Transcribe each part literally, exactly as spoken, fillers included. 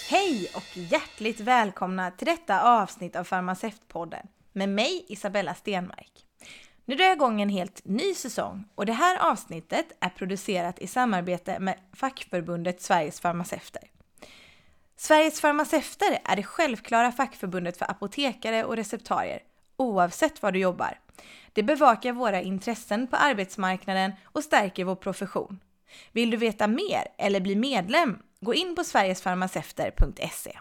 Hej och hjärtligt välkomna till detta avsnitt av Farmaceutpodden med mig Isabella Stenmark. Nu drar jag igång en helt ny säsong och det här avsnittet är producerat i samarbete med fackförbundet Sveriges Farmaceuter. Sveriges Farmaceuter är det självklara fackförbundet för apotekare och receptarier, oavsett var du jobbar. Det bevakar våra intressen på arbetsmarknaden och stärker vår profession. Vill du veta mer eller bli medlem? Gå in på sverigesfarmaceuter punkt se.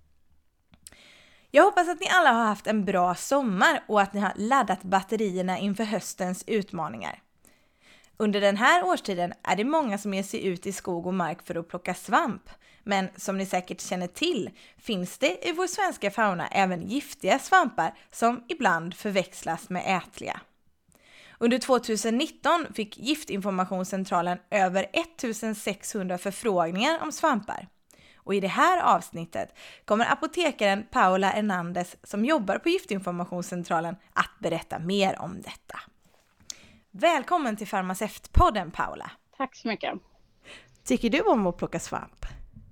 Jag hoppas att ni alla har haft en bra sommar och att ni har laddat batterierna inför höstens utmaningar. Under den här årstiden är det många som ger sig ut i skog och mark för att plocka svamp. Men som ni säkert känner till finns det i vår svenska fauna även giftiga svampar som ibland förväxlas med ätliga. Under tjugonitton fick Giftinformationscentralen över ettusensexhundra förfrågningar om svampar. Och i det här avsnittet kommer apotekaren Paula Hernandez som jobbar på Giftinformationscentralen att berätta mer om detta. Välkommen till Farmaceutpodden, Paula. Tack så mycket. Tycker du om att plocka svamp?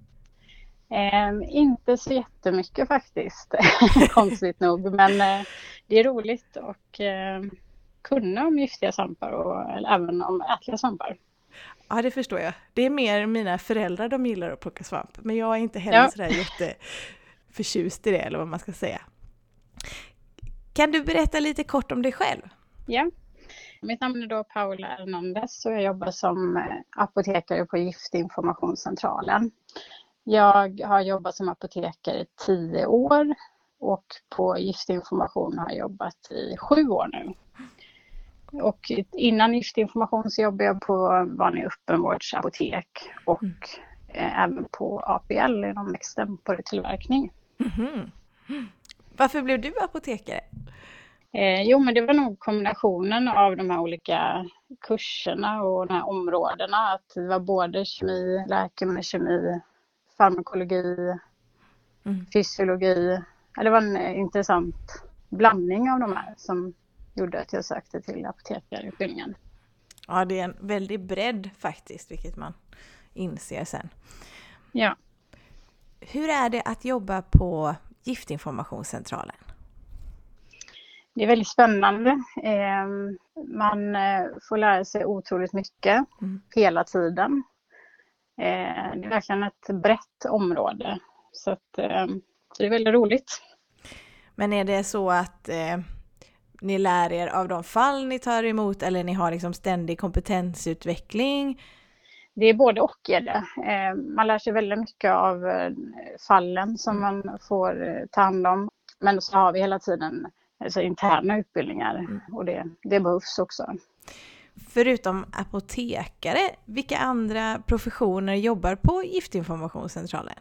Eh, inte så jättemycket faktiskt, konstigt nog. Men eh, det är roligt och eh, kunna om giftiga svampar och eller även om ätliga svampar. Ja, det förstår jag. Det är mer mina föräldrar de gillar att plocka svamp. Men jag är inte heller ja. sådär jätteförtjust i det, eller vad man ska säga. Kan du berätta lite kort om dig själv? Ja, mitt namn är då Paula Hernandez och jag jobbar som apotekare på Giftinformationscentralen. Jag har jobbat som apotekare i tio år och på Giftinformation har jag jobbat i sju år nu. Och innan Giftinformation så jobbade jag på vanlig öppenvårdsapotek och mm. eh, även på A P L inom extemporetillverkning. Mm-hmm. Varför blev du apotekare? Eh, jo, men det var nog kombinationen av de här olika kurserna och de här områdena. Att det var både kemi, läkemedelskemi, farmakologi, mm. fysiologi. Ja, det var en intressant blandning av de här som gjorde att jag sökte till apotekarutbildningen. Ja, det är en väldigt bredd faktiskt, vilket man inser sen. Ja. Hur är det att jobba på Giftinformationscentralen? Det är väldigt spännande. Man får lära sig otroligt mycket mm. hela tiden. Det är verkligen ett brett område. Så, att, så det är väldigt roligt. Men är det så att eh, ni lär er av de fall ni tar emot eller ni har liksom ständig kompetensutveckling? Det är både och är det. Man lär sig väldigt mycket av fallen som man får ta hand om. Men så har vi hela tiden alltså interna utbildningar mm. och det, det behövs också. Förutom apotekare, vilka andra professioner jobbar på Giftinformationscentralen?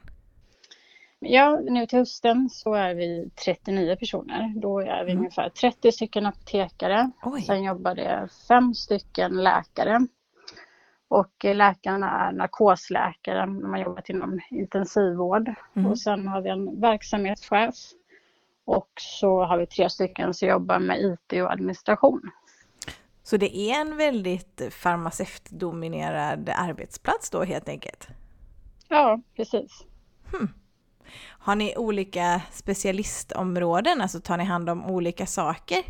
Ja, nu till hösten så är vi trettionio personer. Då är vi mm. ungefär trettio stycken apotekare. Oj. Sen jobbar det fem stycken läkare. Och läkarna är narkosläkare. Man jobbar inom intensivvård. Mm. Och sen har vi en verksamhetschef. Och så har vi tre stycken som jobbar med I T och administration. Så det är en väldigt farmaceutdominerad arbetsplats då helt enkelt? Ja, precis. Hmm. Har ni olika specialistområden? Alltså tar ni hand om olika saker?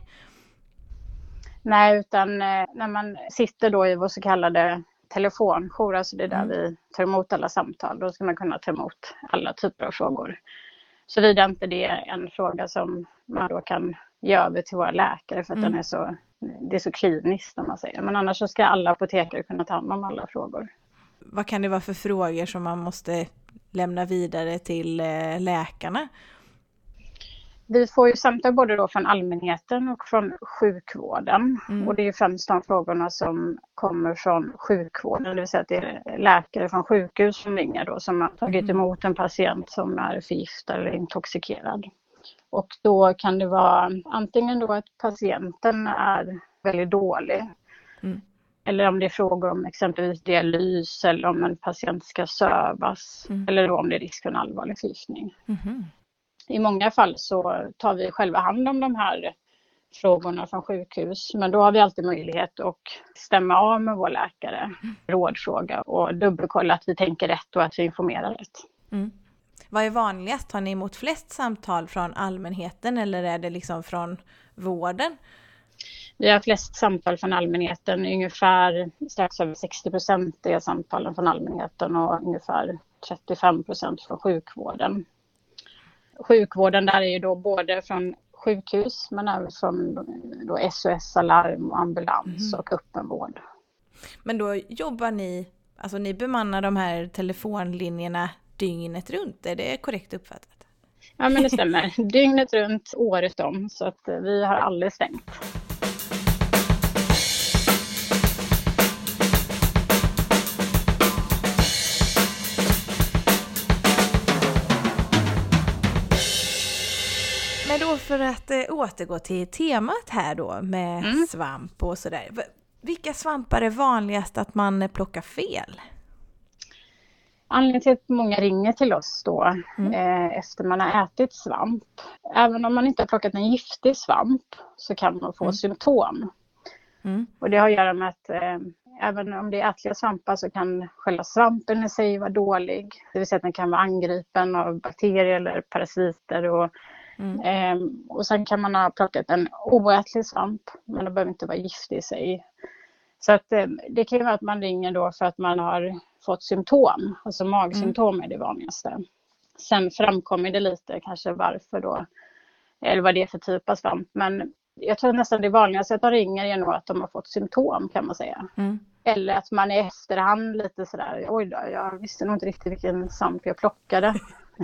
Nej, utan när man sitter då i vår så kallade telefonjour, alltså det är där mm. vi tar emot alla samtal, då ska man kunna ta emot alla typer av frågor. Såvida inte det är en fråga som man då kan ge över till våra läkare för att mm. den är så, det är så kliniskt om man säger. Men annars så ska alla apotekare kunna ta hand om alla frågor. Vad kan det vara för frågor som man måste lämna vidare till läkarna? Vi får ju samtal både då från allmänheten och från sjukvården. Mm. Och det är ju främst de frågorna som kommer från sjukvården. Det vill säga att det är läkare från sjukhus som ringer då, som har tagit emot en patient som är förgiftad eller intoxikerad. Och då kan det vara antingen då att patienten är väldigt dålig. Mm. Eller om det är frågor om exempelvis dialys eller om en patient ska sövas. Mm. Eller då om det är risk för en allvarlig förgiftning. Mm. I många fall så tar vi själva hand om de här frågorna från sjukhus. Men då har vi alltid möjlighet att stämma av med vår läkare, mm. rådfråga och dubbelkolla att vi tänker rätt och att vi informerar rätt. Mm. Vad är vanligast? Har ni emot flest samtal från allmänheten eller är det liksom från vården? Vi har flest samtal från allmänheten, ungefär strax över sextio procent är samtalen från allmänheten och ungefär trettiofem procent från sjukvården. Sjukvården där är ju då både från sjukhus men även från då S O S Alarm och ambulans mm. och öppenvård. Men då jobbar ni, alltså ni bemannar de här telefonlinjerna dygnet runt, är det korrekt uppfattat? Ja men det stämmer, dygnet runt, året om, så att vi har aldrig stängt. Men då för att äh, återgå till temat här då med mm. svamp och sådär. Vilka svampar är vanligast att man plockar fel? Anledningen till att många ringer till oss då mm. eh, efter man har ätit svamp. Även om man inte har plockat en giftig svamp så kan man få mm. symptom. Mm. Och det har att göra med att eh, även om det är ätliga svampar så kan själva svampen i sig vara dålig. Det vill säga att den kan vara angripen av bakterier eller parasiter och Mm. Eh, och sen kan man ha plockat en oätlig svamp, men det behöver inte vara giftig i sig. Så att, eh, det kan ju vara att man ringer då för att man har fått symptom, alltså magsymptom mm. är det vanligaste. Sen framkommer det lite kanske varför då, eller vad det är för typ av svamp. Men jag tror nästan det vanligaste att de ringer är nog att de har fått symptom kan man säga. Mm. Eller att man i efterhand lite sådär, oj då, jag visste nog inte riktigt vilken svamp jag plockade.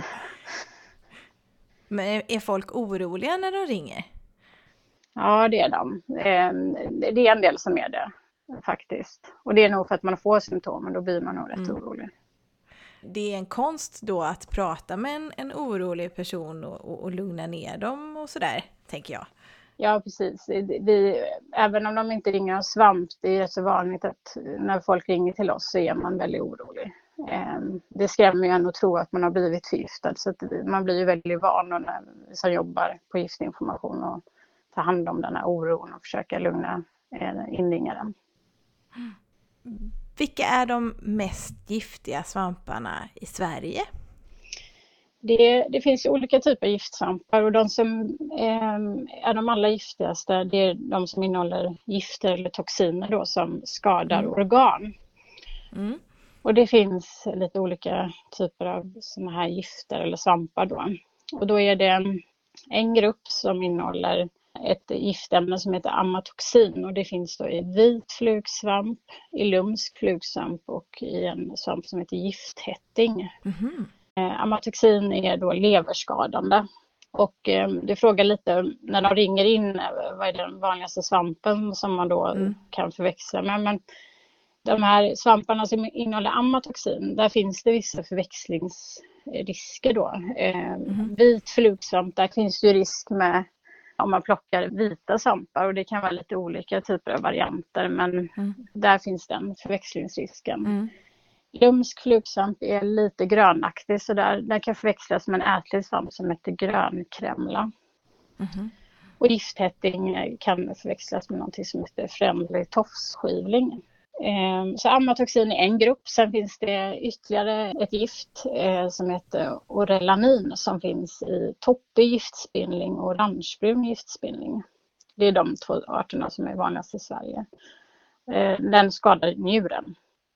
Men är folk oroliga när de ringer? Ja, det är de. Det är en del som är det faktiskt. Och det är nog för att man får symptom, men då blir man nog rätt mm. orolig. Det är en konst då att prata med en, en orolig person och, och, och lugna ner dem och sådär, tänker jag. Ja, precis. Vi, även om de inte ringer om svamp, det är så vanligt att när folk ringer till oss så är man väldigt orolig. Det skrämmer ju en att tro att man har blivit förgiftad, så att man blir ju väldigt van när vi som jobbar på giftinformation och ta hand om den här oron och försöka lugna inringaren. Vilka är de mest giftiga svamparna i Sverige? Det, det finns ju olika typer av giftsvampar och de som eh, är de allra giftigaste, det är de som innehåller gifter eller toxiner då, som skadar mm. organ. Mm. Och det finns lite olika typer av såna här gifter eller svampar då. Och då är det en, en grupp som innehåller ett giftämne som heter amatoxin. Och det finns då i vit flugsvamp, i lumsk flugsvamp och i en svamp som heter gifthätting. Mm-hmm. Eh, amatoxin är då leverskadande. Och eh, det frågar lite när de ringer in, vad är den vanligaste svampen som man då mm. kan förväxla med. Men de här svamparna som innehåller amatoxin, där finns det vissa förväxlingsrisker då. Eh, mm. Vit flugsvamp, där finns det risk med om man plockar vita svampar och det kan vara lite olika typer av varianter, men mm. där finns den förväxlingsrisken. Mm. Lumsk flugsvamp är lite grönaktig, så där, där kan förväxlas med en ätlig svamp som heter grönkremla. Mm. Och gifthätting kan förväxlas med något som heter frändlig tofsskivling. Så amatoxin är en grupp. Sen finns det ytterligare ett gift som heter orelanin som finns i toppig giftspindling och orangebrun giftspindling. Det är de två arterna som är vanligast i Sverige. Den skadar njuren.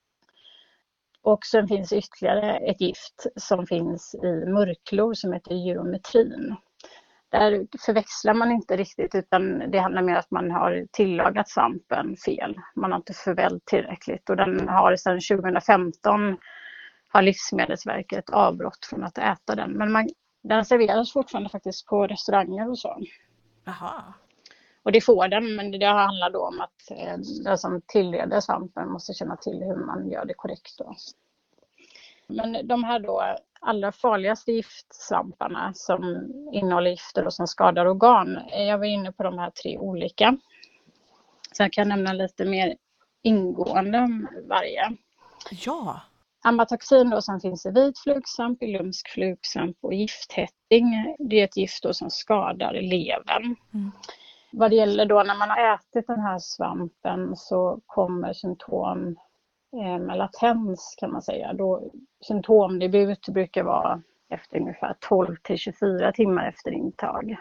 Och sen finns ytterligare ett gift som finns i murklor som heter gyrometrin. Där förväxlar man inte riktigt, utan det handlar mer om att man har tillagat svampen fel. Man har inte förvält tillräckligt och den har sedan tjugo femton har Livsmedelsverket avbrott från att äta den. Men man, den serveras fortfarande faktiskt på restauranger och så. Aha. Och det får den, men det handlar då om att eh, den som tillreder svampen måste känna till hur man gör det korrekt då. Men de här då allra farligaste giftsvamparna som innehåller gifter och som skadar organ, jag var inne på de här tre olika. Så jag kan nämna lite mer ingående om varje. Ja. Amatoxin då som finns i vit flugsvamp, i lumsk flugsvamp och gifthätting. Det är ett gift då som skadar levern. Mm. Vad det gäller då när man har ätit den här svampen så kommer symptom med latens kan man säga. Då symptomdebut brukar vara efter ungefär tolv till tjugofyra timmar efter intag.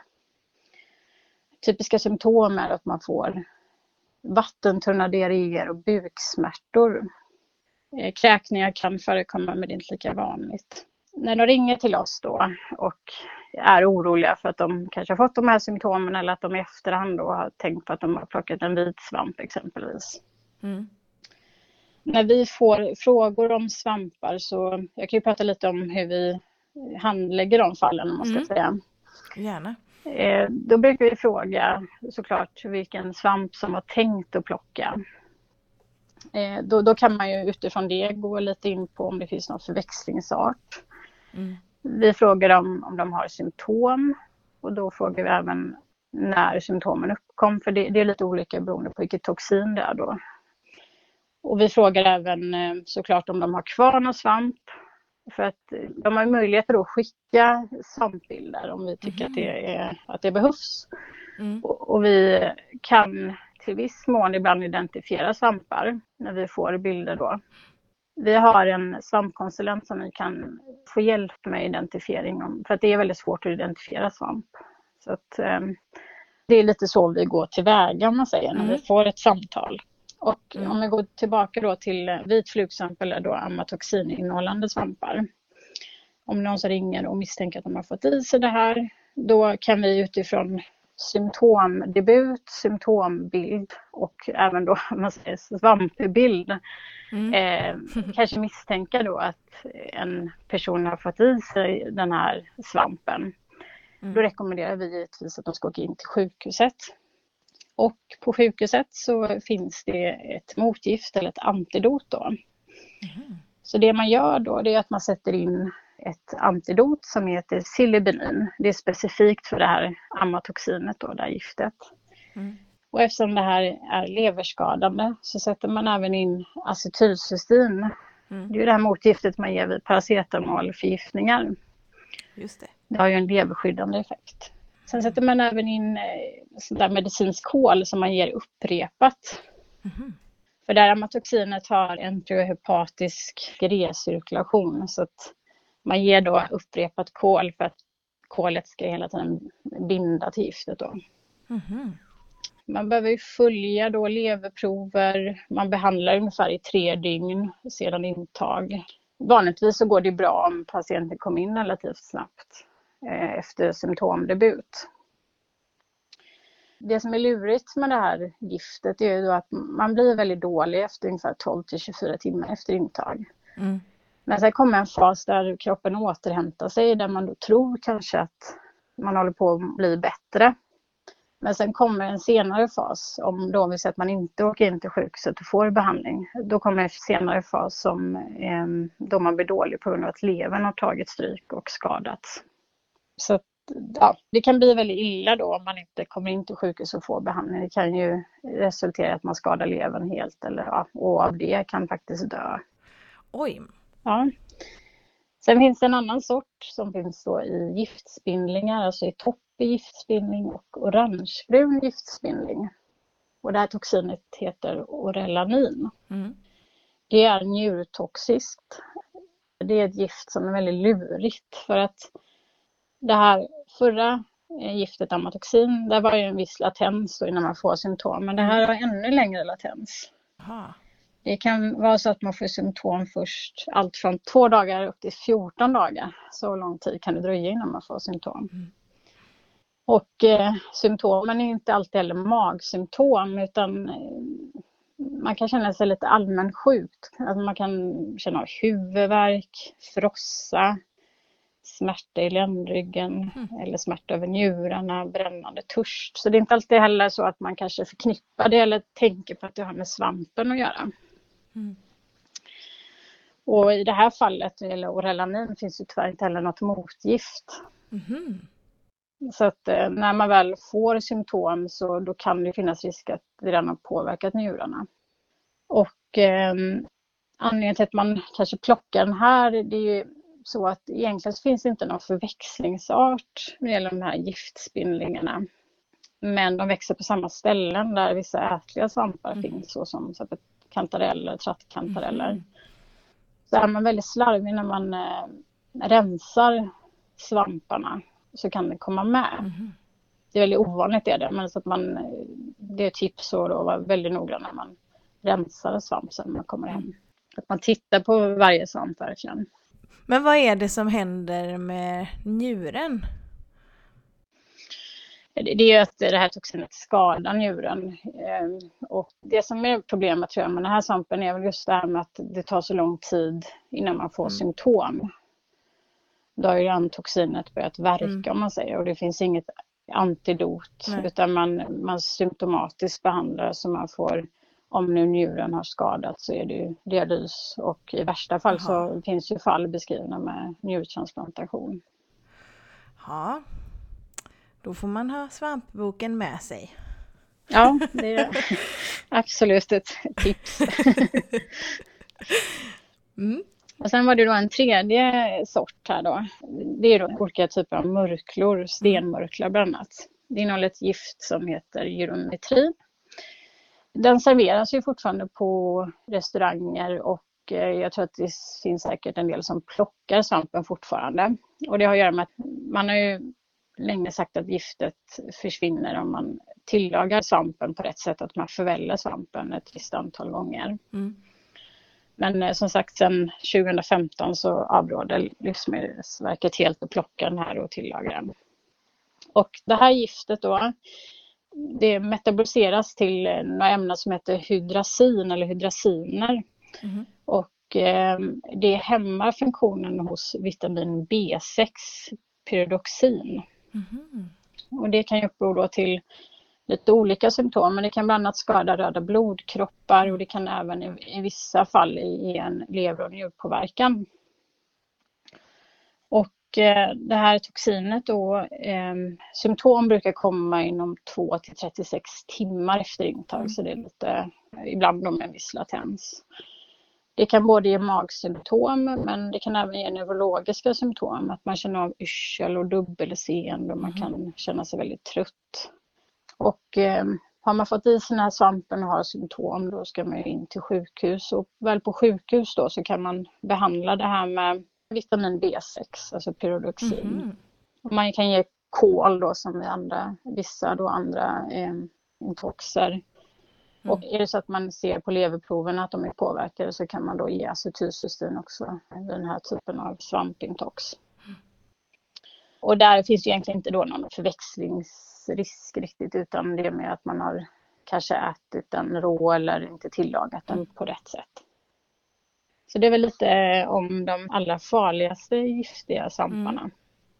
Typiska symptom är att man får vattentunna diarréer och buksmärtor. Kräkningar kan förekomma, men det är inte lika vanligt. När de ringer till oss då och är oroliga för att de kanske har fått de här symptomen eller att de i efterhand då har tänkt på att de har plockat en vit svamp exempelvis. Mm. När vi får frågor om svampar så, jag kan ju prata lite om hur vi handlägger de fallen om man ska mm. säga. Gärna. Eh, då brukar vi fråga såklart vilken svamp som var tänkt att plocka. Eh, då, då kan man ju utifrån det gå lite in på om det finns någon förväxlingsart. Mm. Vi frågar dem om de har symptom och då frågar vi även när symptomen uppkom, för det, det är lite olika beroende på vilket toxin det är då. Och vi frågar även eh, såklart om de har kvar någon svamp, för att de har möjlighet att skicka svampbilder om vi tycker mm. att, det är, att det behövs. Mm. Och, och vi kan till viss mån ibland identifiera svampar när vi får bilder då. Vi har en svampkonsulent som vi kan få hjälp med identifiering om, för att det är väldigt svårt att identifiera svamp. Så att, eh, det är lite så vi går tillväga om man säger mm. när vi får ett samtal. Och mm. om vi går tillbaka då till vit flugsvamp eller då amatoxininnehållande svampar. Om någon som ringer och misstänker att de har fått i sig det här, då kan vi utifrån symptomdebut, symptombild och även då man säger svampbild mm. eh, kanske misstänka då att en person har fått i sig den här svampen. Mm. Då rekommenderar vi givetvis att de ska åka in till sjukhuset. Och på sjukhuset så finns det ett motgift eller ett antidot då. Mm. Så det man gör då det är att man sätter in ett antidot som heter silibinin. Det är specifikt för det här amatoxinet då, det här giftet. Mm. Och eftersom det här är leverskadande så sätter man även in acetylcystin. Mm. Det är ju det här motgiftet man ger vid paracetamolförgiftningar. Just det. Det har ju en leverskyddande effekt. Sen sätter man även in sån där medicinsk kol som man ger upprepat. Mm. För det här amatoxinet har enterohepatisk recirkulation så att man ger då upprepat kol för att kolet ska hela tiden binda till giftet då. Mm. Man behöver ju följa då leverprover. Man behandlar ungefär i tre dygn sedan intag. Vanligtvis så går det bra om patienten kommer in relativt snabbt eh, efter symptomdebut. Det som är lurigt med det här giftet är ju då att man blir väldigt dålig efter ungefär tolv till tjugofyra timmar efter intag. Mm. Men sen kommer en fas där kroppen återhämtar sig, där man då tror kanske att man håller på att bli bättre. Men sen kommer en senare fas, om då vi säger att man inte åker in till sjukhuset och får behandling. Då kommer en senare fas som eh, då man blir dålig på grund av att levern har tagit stryk och skadats. Så att, ja, det kan bli väldigt illa då om man inte kommer in till sjukhus och får behandling. Det kan ju resultera i att man skadar levern helt eller, ja, och av det kan faktiskt dö. Oj! Ja. Sen finns det en annan sort som finns då i giftspindlingar, alltså i toppig giftspindling och orangebrun giftspindling. Och det här toxinet heter orelanin. Mm. Det är njurtoxiskt. Det är ett gift som är väldigt lurigt för att det här förra giftet amatoxin, där var ju en viss latens då innan man får symptom, men det här har ännu längre latens. Aha. Det kan vara så att man får symptom först allt från två dagar upp till fjorton dagar. Så lång tid kan det dröja innan man får symptom. Mm. Och eh, symptomen är inte alltid heller magsymptom utan eh, man kan känna sig lite allmänt sjukt. Alltså man kan känna huvudvärk, frossa, smärta i ländryggen mm. eller smärta över njurarna, brännande törst. Så det är inte alltid heller så att man kanske förknippar det eller tänker på att det har med svampen att göra. Mm. Och i det här fallet, eller orelanin, finns ju tyvärr inte heller något motgift. Mm. Så att eh, när man väl får symptom så då kan det finnas risk att det redan har påverkat njurarna. Och eh, anledningen till att man kanske plockar den här, det är ju så att egentligen finns det inte någon förväxlingsart när det gäller de här giftspindlingarna. Men de växer på samma ställen där vissa ätliga svampar mm. finns, såsom kantareller, trattkantareller. Mm. Så är man väldigt slarvig när man eh, rensar svamparna så kan det komma med. Mm. Det är väldigt ovanligt är det, men så att man, det är tips att då vara väldigt noggrann när man rensar svamp sen när man kommer hem. Att man tittar på varje svamp verkligen. Men vad är det som händer med njuren? Det är ju att det här toxinet skadar njuren. Och det som är problemet tror jag med den här svampen är väl just det här med att det tar så lång tid innan man får mm. symptom. Då har ju antoxinet börjat verka mm. om man säger, och det finns inget antidot. Nej. Utan man, man symptomatiskt behandlar så man får, om nu njuren har skadats så är det ju dialys, och i värsta fall Aha. så finns ju fall beskrivna med njurtransplantation. Ja, då får man ha svampboken med sig. Ja, det är absolut ett tips. mm. Och sen var det då en tredje sort här då. Det är då olika typer av mörklor, stenmörklar bland annat. Det innehåller ett gift som heter gyrometrin. Den serveras ju fortfarande på restauranger, och jag tror att det finns säkert en del som plockar svampen fortfarande. Och det har att göra med att man har ju länge sagt att giftet försvinner om man tillagar svampen på rätt sätt, att man förväller svampen ett visst antal gånger. Mm. Men som sagt, sedan tjugo femton så avråder Livsmedelsverket helt att plocka den här och tillaga den. Och det här giftet då, det metaboliseras till några ämnen som heter hydrazin eller hydraziner. Mm. Och eh, det hämmar funktionen hos vitamin B sex, pyridoxin. Mm. Och det kan ju uppgå då till lite olika symptom, men det kan bland annat skada röda blodkroppar, och det kan även i, i vissa fall ge en lever- och njurpåverkan. Och eh, det här toxinet då, eh, symptom brukar komma inom två till trettiosex timmar efter intag, mm. så det är lite, ibland med en viss latens. Det kan både ge magsymptom, men det kan även ge neurologiska symptom, att man känner av yrsel och dubbelseende och man kan känna sig väldigt trött. Och eh, har man fått i sig den här svampen och har symptom, då ska man in till sjukhus. Och väl på sjukhus då så kan man behandla det här med vitamin B sex, alltså pyridoxin. Mm. Och man kan ge kol då som i andra, vissa då andra eh, intoxer. Mm. Och är det så att man ser på leverproven att de är påverkade, så kan man då ge acetylcystein också, den här typen av svampintox. Mm. Och där finns ju egentligen inte då någon förväxlingsrisk riktigt, utan det är med att man har kanske ätit den rå eller inte tillagat den på rätt sätt. Så det är väl lite om de allra farligaste giftiga svamparna. Mm.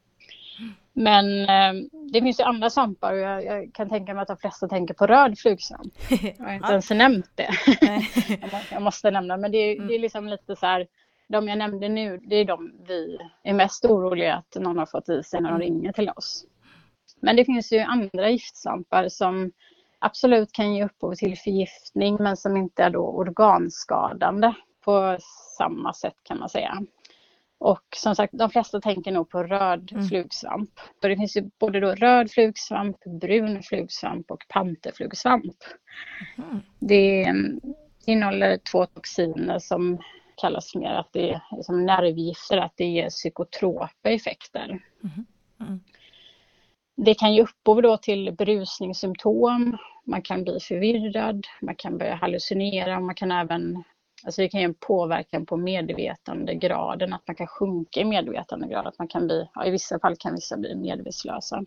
Men eh, det finns ju andra svampar, och jag, jag kan tänka mig att de flesta tänker på röd flugsvamp. Jag har inte ens nämnt det. jag, må, jag måste nämna, men det är, mm. det är liksom lite så här, de jag nämnde nu, det är de vi är mest oroliga att någon har fått i sig när de ringer till oss. Men det finns ju andra giftsvampar som absolut kan ge upphov till förgiftning, men som inte är då organskadande på samma sätt kan man säga. Och som sagt, de flesta tänker nog på röd mm. flugsvamp. Och det finns ju både då röd flugsvamp, brun flugsvamp och panterflugsvamp. Mm. Det innehåller två toxiner som kallas mer att det är som nervgifter, att det ger psykotropa effekter. Mm. Mm. Det kan ge upphov då till berusningssymptom, man kan bli förvirrad, man kan börja hallucinera, och man kan även, alltså det kan ge en påverkan på medvetandegraden, att man kan sjunka i medvetandegrad, att man kan bli, ja, i vissa fall kan vissa bli medvetslösa.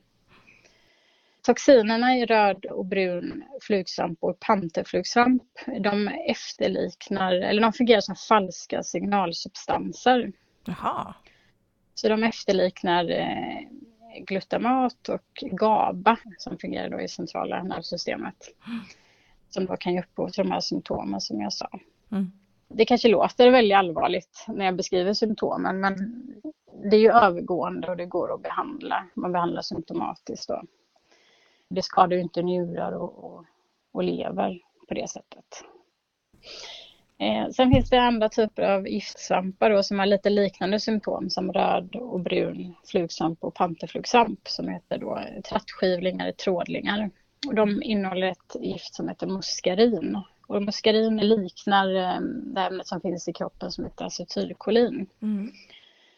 Toxinerna i röd och brun flugsvamp och panterflugsvamp, de efterliknar, eller de fungerar som falska signalsubstanser. Jaha. Så de efterliknar eh, glutamat och GABA som fungerar då i centrala nervsystemet. Mm. Som då kan ge upphov till de här symptomen som jag sa. Mm. Det kanske låter väldigt allvarligt när jag beskriver symptomen, men det är ju övergående och det går att behandla. Man behandlar symptomatiskt då. Det skadar ju inte njurar och, och, och lever på det sättet. Eh, sen finns det andra typer av giftsvampar då, som har lite liknande symptom som röd och brun flugsvamp och panterflugsvamp, som heter då trattskivlingar, trådlingar. Och de innehåller ett gift som heter muskarin. Och muskarin liknar eh, det ämnet som finns i kroppen som heter acetylkolin. Mm.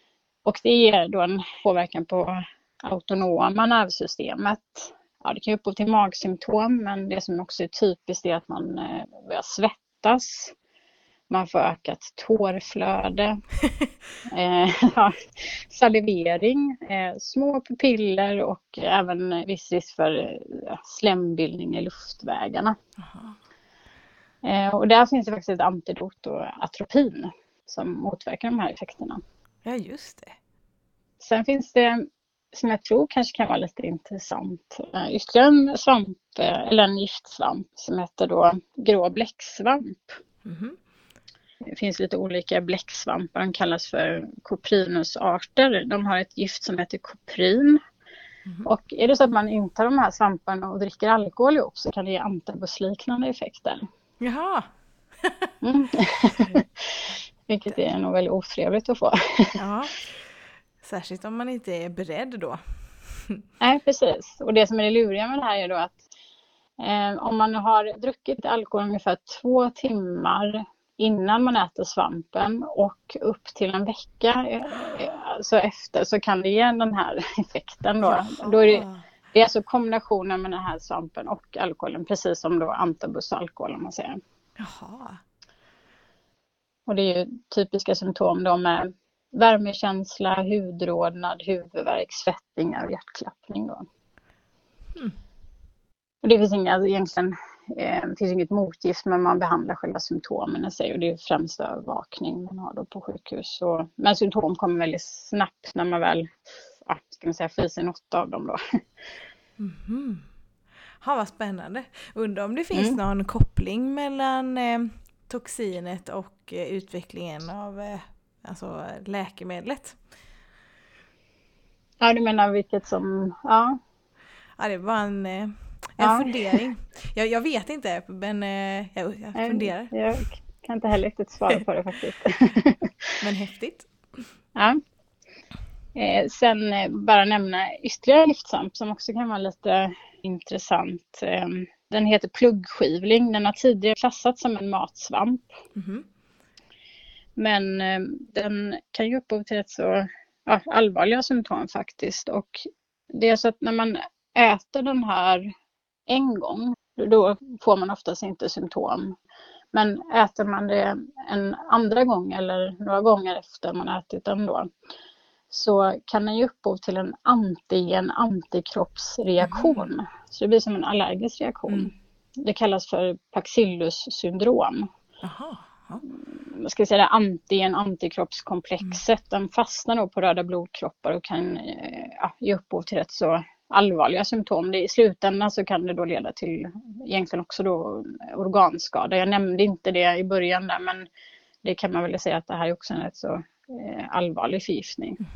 Och det ger då en påverkan på autonoma nervsystemet. Ja, det kan ge upphov till magsymptom, men det som också är typiskt är att man eh, börjar svettas. Man får ökat tårflöde, eh, ja, salivering, eh, små pupiller och även viss risk för eh, slembildning i luftvägarna. Eh, och där finns det faktiskt ett antidot, och atropin, som motverkar de här effekterna. Ja, just det. Sen finns det, som jag tror kanske kan vara lite intressant, eh, ytterligare en svamp, eh, eller en giftsvamp som heter då grå bläcksvamp. Mm-hmm. Det finns lite olika bläcksvampar, de kallas för coprinusarter. De har ett gift som heter coprin. Mm-hmm. Och är det så att man intar de här svamparna och dricker alkohol ihop, så kan det ge antabusliknande effekter. Jaha! mm. Vilket är nog väldigt otrevligt att få. Ja, särskilt om man inte är beredd då. Nej, precis. Och det som är det luriga med det här är då att eh, om man har druckit alkohol ungefär två timmar innan man äter svampen och upp till en vecka eh, alltså efter, så kan det ge den här effekten då. Då är det, det är alltså kombinationen med den här svampen och alkoholen, precis som då antabusalkohol om man säger. Jaha. Och det är ju typiska symptom då med värmekänsla, hudrodnad, huvudvärk, svettningar och hjärtklappning då. Mm. Och det finns inga, egentligen, eh, det finns inget motgift, men man behandlar själva symptomen i sig, och det är främst övervakning man har då på sjukhus. Och, men symptom kommer väldigt snabbt när man väl, ja, ska man säga, får i sig något av dem då. Mm-hmm. Ja, vad spännande. Undrar om det finns mm. någon koppling mellan eh, toxinet och eh, utvecklingen av eh, alltså läkemedlet. Ja, du menar vilket som, ja. Ja, det var en, en ja. fundering. Jag, jag vet inte, men jag, jag funderar. Jag kan inte heller riktigt svara på det faktiskt. Men häftigt. Ja. Eh, sen eh, bara nämna ytterligare en giftsvamp som också kan vara lite intressant. Eh, den heter pluggskivling. Den har tidigare klassats som en matsvamp. Mm-hmm. Men eh, den kan ju upphov till ett så ja, allvarliga symptom faktiskt. Och det är så att när man äter den här en gång, då får man oftast inte symptom. Men äter man det en andra gång eller några gånger efter man ätit den då, så kan den ge upphov till en antigen-antikroppsreaktion. Mm. Så det blir som en allergisk reaktion. Mm. Det kallas för Paxillus-syndrom. Aha. Man ska säga det antigen-antikroppskomplexet. Mm. Den fastnar då på röda blodkroppar och kan ja, ge upphov till rätt så allvarliga symptom. Det, i slutändan så kan det då leda till egentligen också då organskada. Jag nämnde inte det i början där, men det kan man väl säga att det här är också en rätt så eh, allvarlig förgiftning. Mm.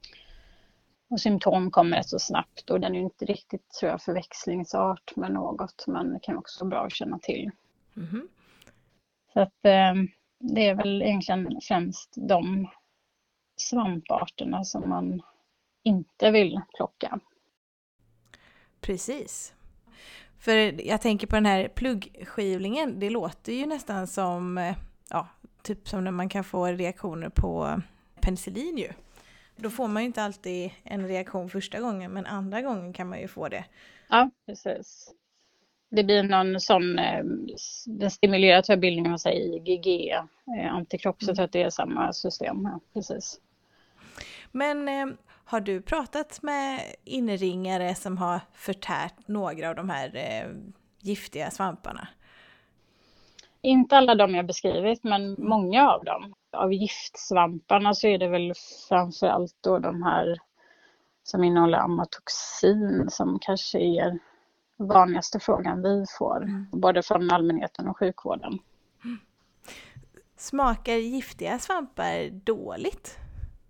Och symptom kommer rätt så snabbt, och den är ju inte riktigt, tror jag, förväxlingsart med något, men det kan också vara bra att känna till. Mm. Så att eh, det är väl egentligen främst de svamparterna som man inte vill plocka. Precis. För jag tänker på den här pluggskivlingen, det låter ju nästan som, ja, typ som när man kan få reaktioner på penicillin ju. Då får man ju inte alltid en reaktion första gången, men andra gången kan man ju få det. Ja, precis. Det blir någon sån, eh, den stimulerar törbildningen av sig I G G, eh, antikropp, så att det är samma system. Ja, precis. Men eh, har du pratat med inringare som har förtärt några av de här eh, giftiga svamparna? Inte alla de jag beskrivit, men många av dem. Av giftsvamparna så är det väl framförallt då de här som innehåller amatoxin som kanske är vanligaste frågan vi får. Mm. Både från allmänheten och sjukvården. Mm. Smakar giftiga svampar dåligt?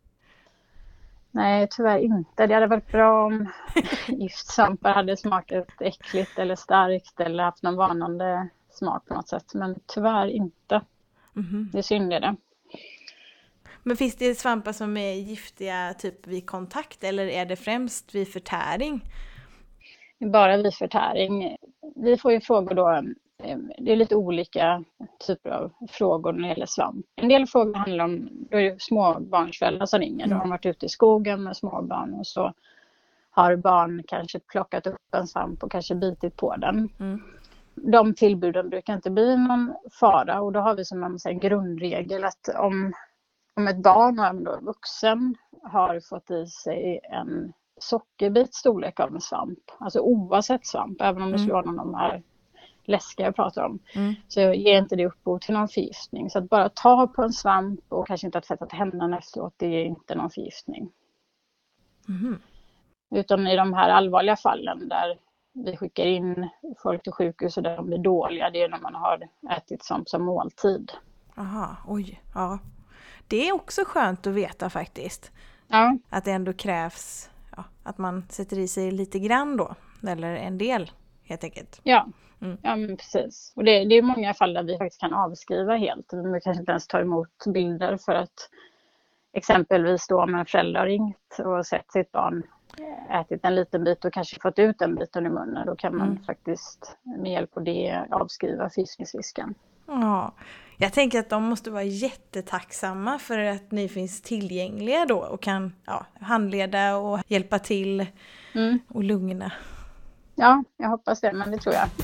Nej, tyvärr inte. Det hade varit bra om giftsvampar hade smakat äckligt eller starkt eller haft någon varnande smak på något sätt. Men tyvärr inte. Mm-hmm. Det är synd det. Men finns det svampar som är giftiga typ vid kontakt, eller är det främst vid förtäring? Bara vid förtäring. Vi får ju frågor då det är lite olika typer av frågor när det gäller svamp. En del frågor handlar om, då är det småbarnsföräldrar som ringer. Mm. Då har de varit ute i skogen med småbarn och så har barn kanske plockat upp en svamp och kanske bitit på den. Mm. De tillbuden brukar inte bli någon fara, och då har vi som man säger en grundregel att om, om ett barn och även en vuxen har fått i sig en sockerbit storlek av en svamp, alltså oavsett svamp, även om det skulle vara någon av de här läskiga jag pratar om, mm. så ger inte det upphov till någon förgiftning. Så att bara ta på en svamp och kanske inte att tvätta händerna efteråt, det ger inte någon förgiftning. Mm. Utan i de här allvarliga fallen där vi skickar in folk till sjukhus och där de blir dåliga, det är när man har ätit svamp som måltid. Aha, oj, ja. Det är också skönt att veta faktiskt. Ja. Att det ändå krävs, ja, att man sätter i sig lite grann då, eller en del helt enkelt. Ja. Mm. Ja, men precis. Och det, det är många fall där vi faktiskt kan avskriva helt. Vi kanske inte ens tar emot bilder för att exempelvis då om en förälder har ringt och sett sitt barn ätit en liten bit och kanske fått ut en biten i munnen. Då kan man mm. faktiskt med hjälp av det avskriva förgiftningsrisken. Ja, jag tänker att de måste vara jättetacksamma för att ni finns tillgängliga då och kan ja, handleda och hjälpa till mm. och lugna. Ja, jag hoppas det, men det tror jag.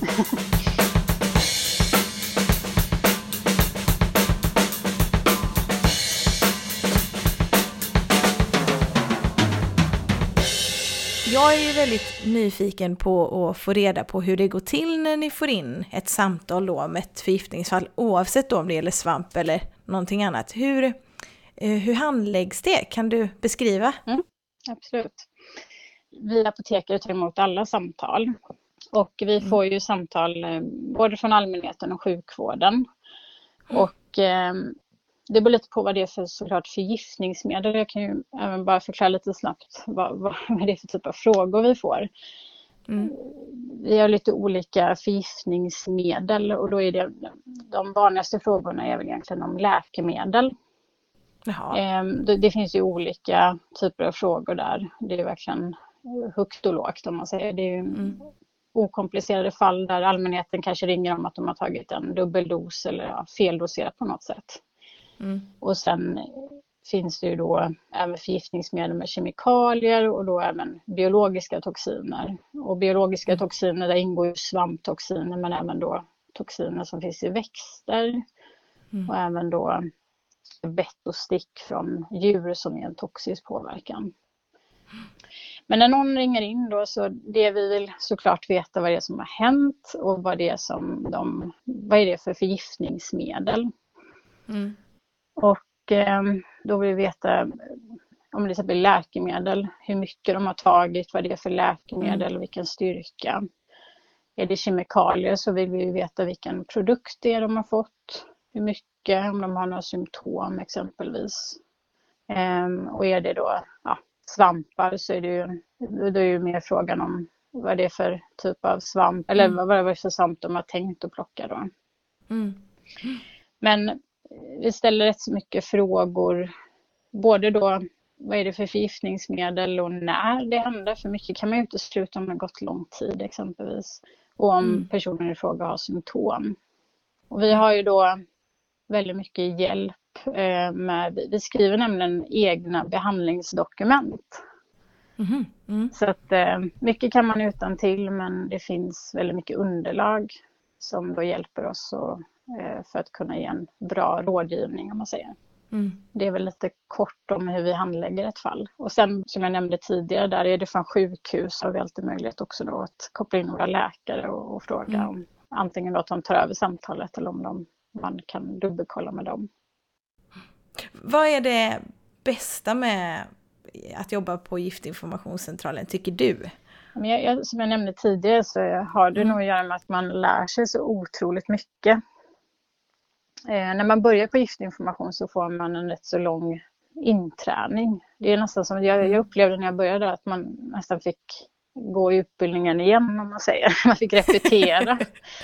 Jag är ju väldigt nyfiken på att få reda på hur det går till när ni får in ett samtal då om ett förgiftningsfall, oavsett då om det gäller svamp eller någonting annat. Hur, hur handläggs det? Kan du beskriva? Mm, absolut. Vi apotekare tar emot alla samtal. Och vi får ju samtal både från allmänheten och sjukvården. Mm. Och eh, det beror lite på vad det är för såklart förgiftningsmedel. Jag kan ju även bara förklara lite snabbt vad, vad, vad det är för typ av frågor vi får. Mm. Vi har lite olika förgiftningsmedel och då är det de vanligaste frågorna är väl egentligen om läkemedel. Eh, det, det finns ju olika typer av frågor där. Det är verkligen högt och lågt om man säger. Det är ju mm. okomplicerade fall där allmänheten kanske ringer om att de har tagit en dubbeldos eller ja, feldoserat på något sätt. Mm. Och sen finns det ju då även förgiftningsmedel med kemikalier och då även biologiska toxiner. Och biologiska mm. toxiner, där ingår ju svamptoxiner men även då toxiner som finns i växter. Mm. Och även då bett och stick från djur som är en toxisk påverkan. Men när någon ringer in då, så det vi vill såklart veta vad det är som har hänt och vad det är som de, vad är det för förgiftningsmedel. Mm. Och eh, då vill vi veta om det till exempel läkemedel, hur mycket de har tagit, vad det är för läkemedel, mm. vilken styrka. Är det kemikalier så vill vi veta vilken produkt det är de har fått, hur mycket, om de har några symptom exempelvis. Eh, och är det då ja, svampar så är det ju, det är ju mer frågan om vad det är för typ av svamp, eller mm. vad det är för svamp de har tänkt att plocka då. Mm. Men vi ställer rätt så mycket frågor, både då vad är det för förgiftningsmedel och när det händer, för mycket kan man ju utesluta om det har gått lång tid exempelvis, och om mm. personen i fråga har symptom. Och vi har ju då väldigt mycket hjälp med, vi skriver nämligen egna behandlingsdokument. Mm. Mm. Så att mycket kan man utan till, men det finns väldigt mycket underlag som då hjälper oss och, för att kunna ge en bra rådgivning om man säger. Mm. Det är väl lite kort om hur vi handlägger ett fall. Och sen som jag nämnde tidigare, där är det från sjukhus har vi alltid möjlighet också då att koppla in några läkare och, och fråga mm. om antingen då att de tar över samtalet eller om de, man kan dubbelkolla med dem. Vad är det bästa med att jobba på Giftinformationscentralen tycker du? Men jag, jag, som jag nämnde tidigare så har det mm. nog att göra med att man lär sig så otroligt mycket. Eh, när man börjar på Giftinformation så får man en rätt så lång inträning. Det är nästan som jag, jag upplevde när jag började att man nästan fick gå i utbildningen igen om man säger. Man fick repetera.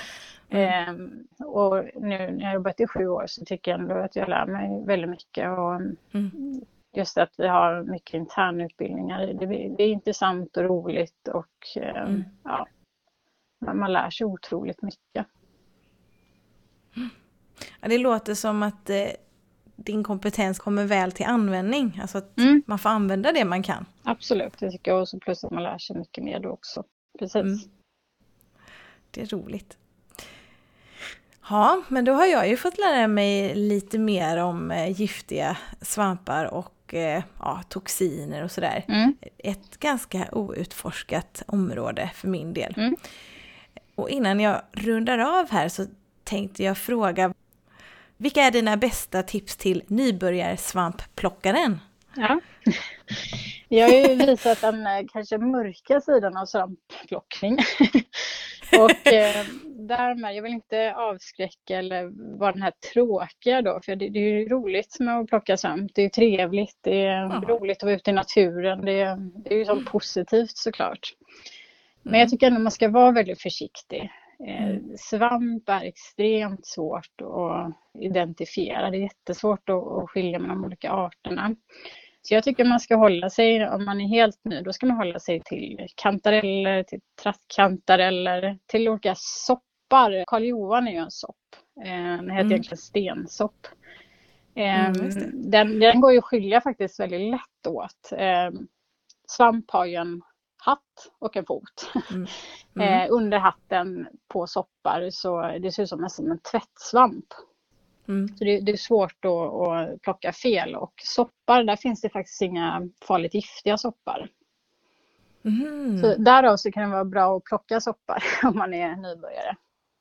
Mm. Eh, och nu när jag har jobbat i sju år så tycker jag ändå att jag lär mig väldigt mycket. Och mm. just att vi har mycket internutbildningar. Det, det är intressant och roligt och eh, mm. ja, man lär sig otroligt mycket. Ja, det låter som att eh, din kompetens kommer väl till användning. Alltså att Mm. man får använda det man kan. Absolut, det tycker jag. Och så plus att man lär sig mycket mer då också. Precis. Mm. Det är roligt. Ja, men då har jag ju fått lära mig lite mer om eh, giftiga svampar och eh, ja, toxiner och sådär. Mm. Ett ganska outforskat område för min del. Mm. Och innan jag rundar av här så tänkte jag fråga, vilka är dina bästa tips till nybörjarsvampplockaren? Ja, jag har ju visat den kanske mörka sidan av svampplockning. Och eh, därmed, jag vill inte avskräcka eller vara den här tråkiga då. För det, det är ju roligt med att plocka svamp. Det är trevligt, det är ja. roligt att vara ute i naturen. Det, det är ju så mm. positivt såklart. Men mm. jag tycker ändå man ska vara väldigt försiktig. Eh, mm. Svamp är extremt svårt att identifiera. Det är jättesvårt att, att skilja mellan de olika arterna. Så jag tycker man ska hålla sig, om man är helt ny, då ska man hålla sig till kantareller, till trattkantareller, till olika soppar. Karl Johan är ju en sopp. Eh, den heter mm. egentligen stensopp. Eh, mm, den, den går ju att skilja faktiskt väldigt lätt åt. Eh, svamp har ju en hatt och en fot. Mm. Mm. Eh, under hatten på soppar så det ser ut som en, en tvättsvamp. Mm. Så det, det är svårt att, att plocka fel. Och soppar, där finns det faktiskt inga farligt giftiga soppar. Mm. Så därav så kan det vara bra att plocka soppar om man är nybörjare.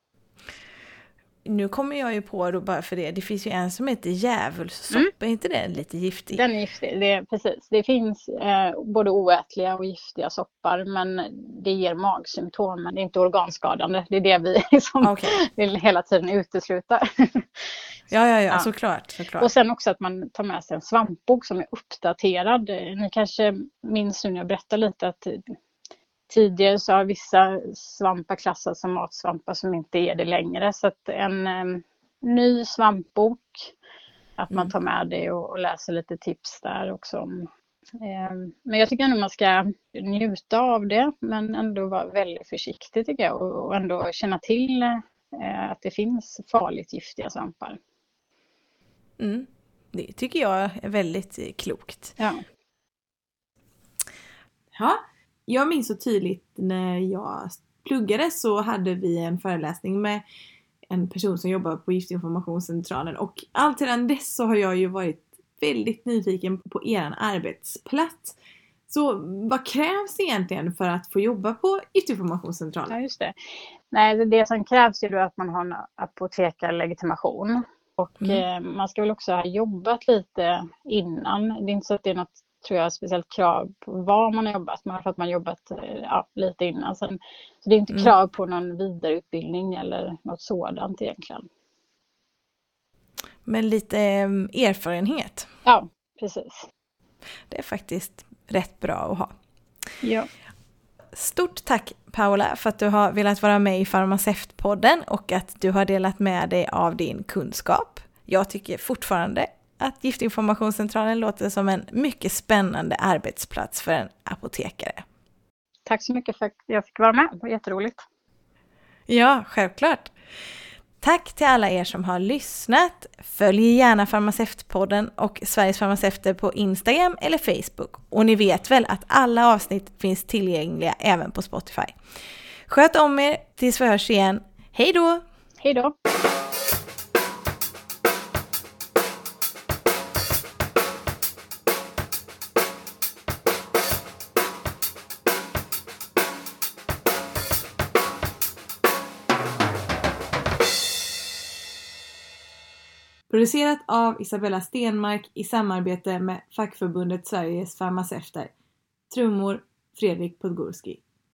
Nu kommer jag ju på då bara för det. Det finns ju en som heter djävulssoppa. Mm. Är inte det lite giftig? Den är giftig, det är, precis. Det finns eh, både oätliga och giftiga soppar. Men det ger magsymptom. Men det är inte organskadande. Det är det vi liksom okay. vill hela tiden utesluta. Ja, ja, ja, såklart, såklart. Och sen också att man tar med sig en svampbok som är uppdaterad. Ni kanske minns nu när jag berättar lite att tidigare så har vissa svampar klassats som matsvampar som inte är det längre. Så att en um, ny svampbok, att man tar med det och, och läser lite tips där också. Um, men jag tycker ändå man ska njuta av det, men ändå vara väldigt försiktig tycker jag. Och, och ändå känna till uh, att det finns farligt giftiga svampar. Mm. Det tycker jag är väldigt klokt. Ja. Ja. Jag minns så tydligt när jag pluggade så hade vi en föreläsning med en person som jobbar på Giftinformationscentralen. Och allt sedan dess så har jag ju varit väldigt nyfiken på er arbetsplats. Så vad krävs egentligen för att få jobba på Giftinformationscentralen? Ja, just det. Nej, det som krävs är då att man har en apotekarlegitimation. Och mm. eh, man ska väl också ha jobbat lite innan. Det är inte så att det är något, tror jag, speciellt krav på vad man har jobbat. Man har för att man har jobbat ja, lite innan. Sen, så det är inte mm. krav på någon vidareutbildning eller något sådant egentligen. Men lite erfarenhet. Ja, precis. Det är faktiskt rätt bra att ha. Ja. Stort tack Paula för att du har velat vara med i Farmaceutpodden och att du har delat med dig av din kunskap. Jag tycker fortfarande att Giftinformationscentralen låter som en mycket spännande arbetsplats för en apotekare. Tack så mycket för att jag fick vara med. Det var jätteroligt. Ja, självklart. Tack till alla er som har lyssnat. Följ gärna Farmaceutpodden och Sveriges farmaceuter på Instagram eller Facebook. Och ni vet väl att alla avsnitt finns tillgängliga även på Spotify. Sköt om er tills vi hörs igen. Hej då! Hej då! Producerat av Isabella Stenmark i samarbete med fackförbundet Sveriges farmaceuter. Trummor Fredrik Podgorski.